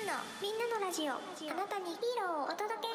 みんなのラジオ、あなたにヒーローをお届け。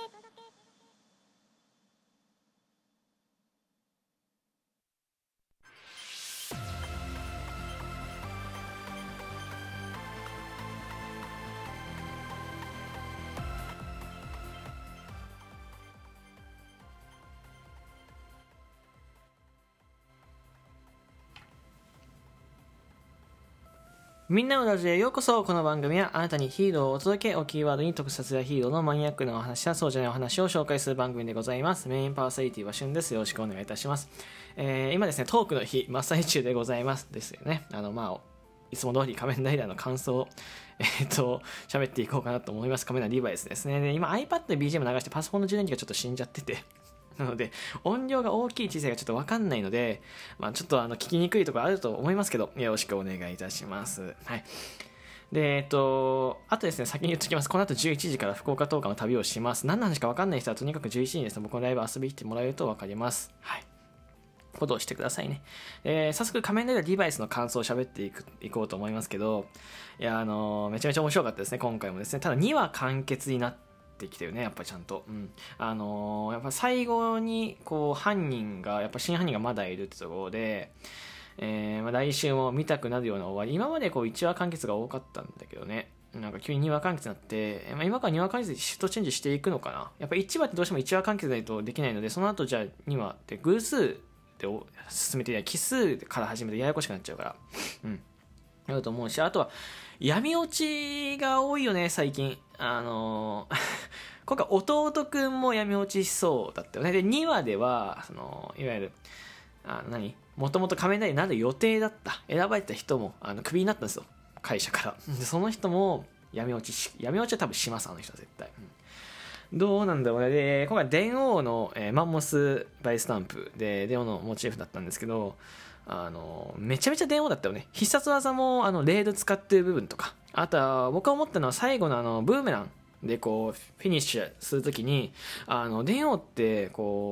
みんなのラジオへようこそ。この番組はあなたにヒーローをお届けをキーワードに特撮やヒーローのマニアックなお話やそうじゃないお話を紹介する番組でございます。メインパーソナリティはしゅんです。よろしくお願いいたします。今ですね、トークの日真っ最中でございますですよね。いつも通り仮面ライダーの感想を喋っていこうかなと思います。仮面ライダーリバイスですね。で今 iPad で BGM 流してパソコンの充電器がちょっと死んじゃっててなので音量が大きい小さいがちょっと分かんないので、ちょっと聞きにくいところあると思いますけど、よろしくお願いいたします。はい。で、あとですね、先に言っときます。この後11時から福岡10日の旅をします。何の話か分かんない人はとにかく11時にですね、僕のライブ遊びに来てもらえると分かります。はい。フォローしてくださいね。早速仮面ライダーリバイスの感想を喋っていこうと思いますけど、いや、めちゃめちゃ面白かったですね、今回もですね。ただ2話完結になってきてるね、やっぱりちゃんと。やっぱ最後に、犯人が、やっぱ真犯人がまだいるってところで、来週も見たくなるような終わり。今まで1話完結が多かったんだけどね。なんか急に2話完結になって、今から2話完結でシフトチェンジしていくのかな。やっぱ1話ってどうしても1話完結ないとできないので、その後じゃあ2話って偶数で進めて奇数から始めてややこしくなっちゃうから。なると思うし、あとは闇落ちが多いよね、最近。今回弟くんも闇落ちしそうだったよね。で、2話では、いわゆる、もともと仮面ライダーになる予定だった、選ばれた人も、クビになったんですよ。会社から。で、その人も闇落ちは多分します、あの人は絶対。どうなんだろうね。で、今回、電王の、マンモスバイスタンプで、電王のモチーフだったんですけど、めちゃめちゃ電王だったよね。必殺技も、レール使ってる部分とか。あとは、僕が思ったのは最後のブーメランでフィニッシュするときに、電王って、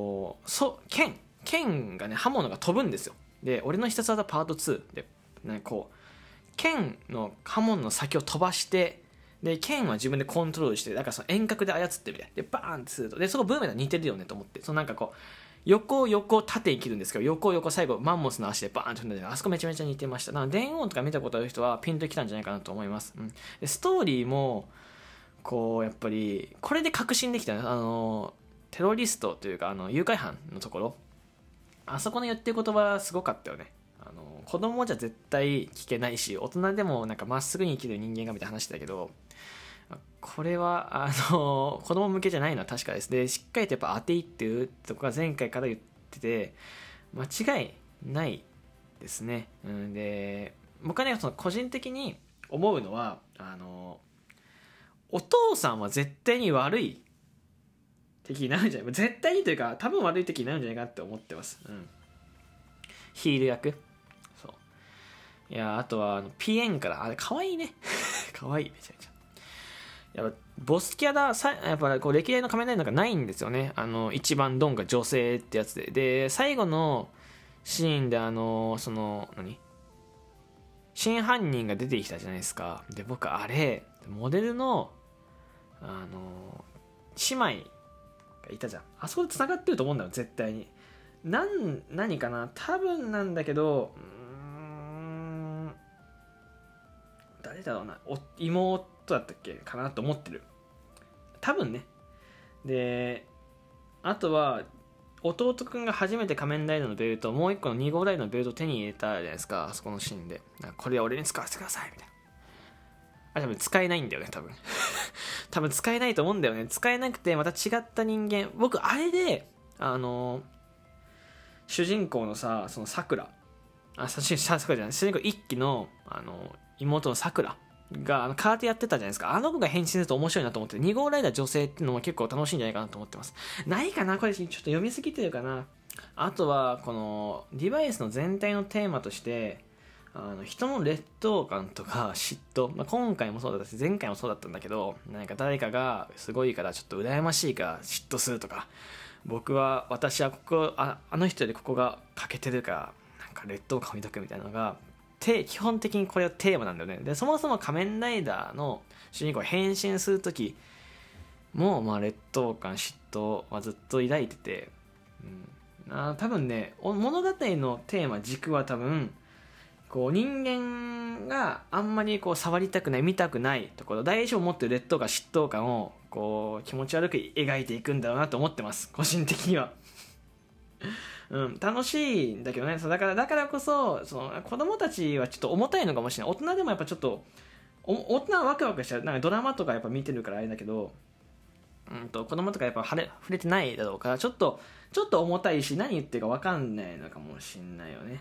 剣がね、刃物が飛ぶんですよ。で、俺の必殺技パート2で、剣の刃物の先を飛ばして、で、剣は自分でコントロールして、だからその遠隔で操ってみたいで、バーンってすると、で、そこブーメラン似てるよねと思って、横縦に切るんですけど、横最後マンモスの足でバーンって踏んだじゃん。あそこめちゃめちゃ似てました。電王とか見たことある人はピンときたんじゃないかなと思います。でストーリーもやっぱりこれで確信できた、テロリストというか誘拐犯のところ、あそこの言ってる言葉すごかったよね。子供じゃ絶対聞けないし、大人でもまっすぐに生きる人間がみたいな話だけど、これは子供向けじゃないのは確かです。で、しっかりとやっぱ当ていってるとこが前回から言ってて間違いないですね。で、僕はね、個人的に思うのはお父さんは絶対に悪い敵になるんじゃない、絶対にというか多分悪い敵になるんじゃないかなって思ってます。ヒール役。そういや、あとはピエンからあれ可愛いね可愛い、めちゃめちゃ。やっぱボスキャラやっぱ歴代の仮面ライダーなんかないんですよね。一番ドンが女性ってやつで、最後のシーンで真犯人が出てきたじゃないですか。で、僕あれモデルの姉妹がいたじゃん。あそこで繋がってると思うんだよ絶対に。何かな、多分なんだけど、誰だろうな、妹だったっけかなと思ってる、多分ね。で、あとは弟くんが初めて仮面ライダーのベルト、もう一個の2号ライダーのベルトを手に入れたじゃないですか、あそこのシーンで。これは俺に使わせてくださいみたいな。あれ多分使えないんだよね、多分使えないと思うんだよね。使えなくてまた違った人間。僕あれで主人公のさ、そのさくらじゃない、主人公一期の妹のさくらが空手やってたじゃないですか。あの子が変身すると面白いなと思って、2号ライダー女性っていうのも結構楽しいんじゃないかなと思ってます。ないかな、これちょっと読みすぎてるかな。あとはこのデバイスの全体のテーマとして人の劣等感とか嫉妬、今回もそうだったし前回もそうだったんだけど、誰かがすごいからちょっと羨ましいから嫉妬するとか、私はあの人よりここが欠けてるから劣等感を抱くみたいなのが基本的にこれはテーマなんだよね。でそもそも仮面ライダーの主人公が変身する時も、劣等感嫉妬はずっと抱いてて、多分ね物語のテーマ軸は多分こう人間があんまりこう触りたくない見たくないところ、大将を持ってる劣等感嫉妬感をこう気持ち悪く描いていくんだろうなと思ってます、個人的には。楽しいんだけどね。だからこそ、その子供たちはちょっと重たいのかもしれない。大人でもやっぱちょっと大人はワクワクしちゃう。なんかドラマとかやっぱ見てるからあれだけど、子供とかやっぱ触れてないだろうから、ちょっと重たいし何言ってるか分かんないのかもしんないよね。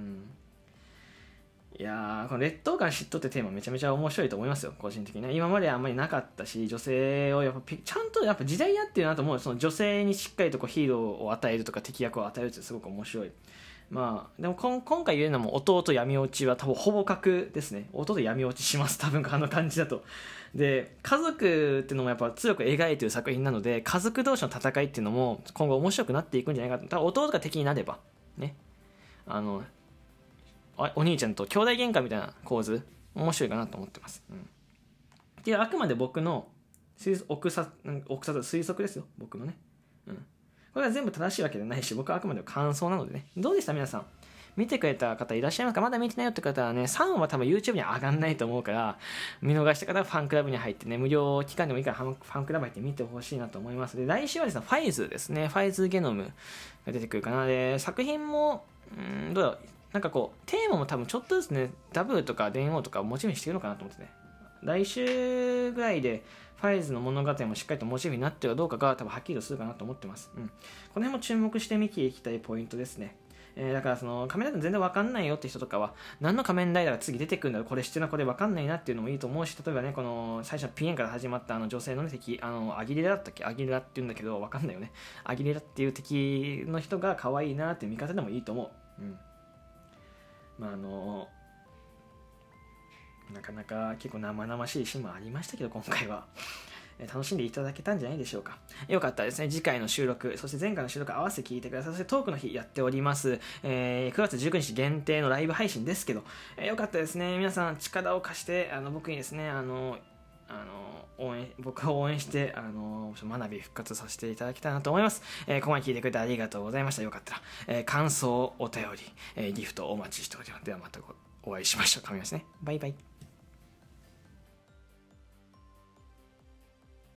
いやー、この劣等感嫉妬ってテーマめちゃめちゃ面白いと思いますよ、個人的にね。今まであんまりなかったし、女性をやっぱちゃんとやっぱ時代に合ってるなと思う。その女性にしっかりとこうヒーローを与えるとか敵役を与えるってすごく面白い。でも今回言うのも弟闇落ちは多分ほぼ確ですね。弟闇落ちします、多分あの感じだと。で家族っていうのもやっぱ強く描いてる作品なので、家族同士の戦いっていうのも今後面白くなっていくんじゃないかと。多分弟が敵になればね、お兄ちゃんと兄弟喧嘩みたいな構図面白いかなと思ってます。であくまで僕の推測ですよ、僕のね。これは全部正しいわけじゃないし、僕はあくまで感想なのでね。どうでした皆さん、見てくれた方いらっしゃいますか？まだ見てないよって方はね、3は多分 YouTube には上がんないと思うから、見逃した方はファンクラブに入ってね、無料期間でもいいからファンクラブ入って見てほしいなと思います。で来週はですね、ファイズですね、ファイズゲノムが出てくるかな。で作品もどうだろう、なんかこうテーマも多分ちょっとずつね、ダブルとか電王とかをモチーフにしてるのかなと思ってね、来週ぐらいでファイズの物語もしっかりとモチーフになってるかどうかが多分はっきりとするかなと思ってます。この辺も注目して見ていきたいポイントですね。だからその仮面ライダー全然わかんないよって人とかは、何の仮面ライダーが次出てくるんだろう、これ知ってるな、これわかんないなっていうのもいいと思うし、例えばね、この最初のピエンから始まった女性の、ね、敵、アギレラだったっけ、アギレラって言うんだけどわかんないよね、アギレラっていう敵の人が可愛いなっていう見方でもいいと思う。なかなか結構生々しいシーンもありましたけど、今回は楽しんでいただけたんじゃないでしょうか。よかったらですね、次回の収録、そして前回の収録合わせて聞いてください。そしてトークの日やっております。9月19日限定のライブ配信ですけど、よかったですね、皆さん力を貸して僕にですね、僕を応援して学び復活させていただきたいなと思います。ここまで聞いてくれてありがとうございました。よかったら、感想、お便り、ギフトお待ちしております。ではまたお会いしましょう。噛みますね。バイバイ。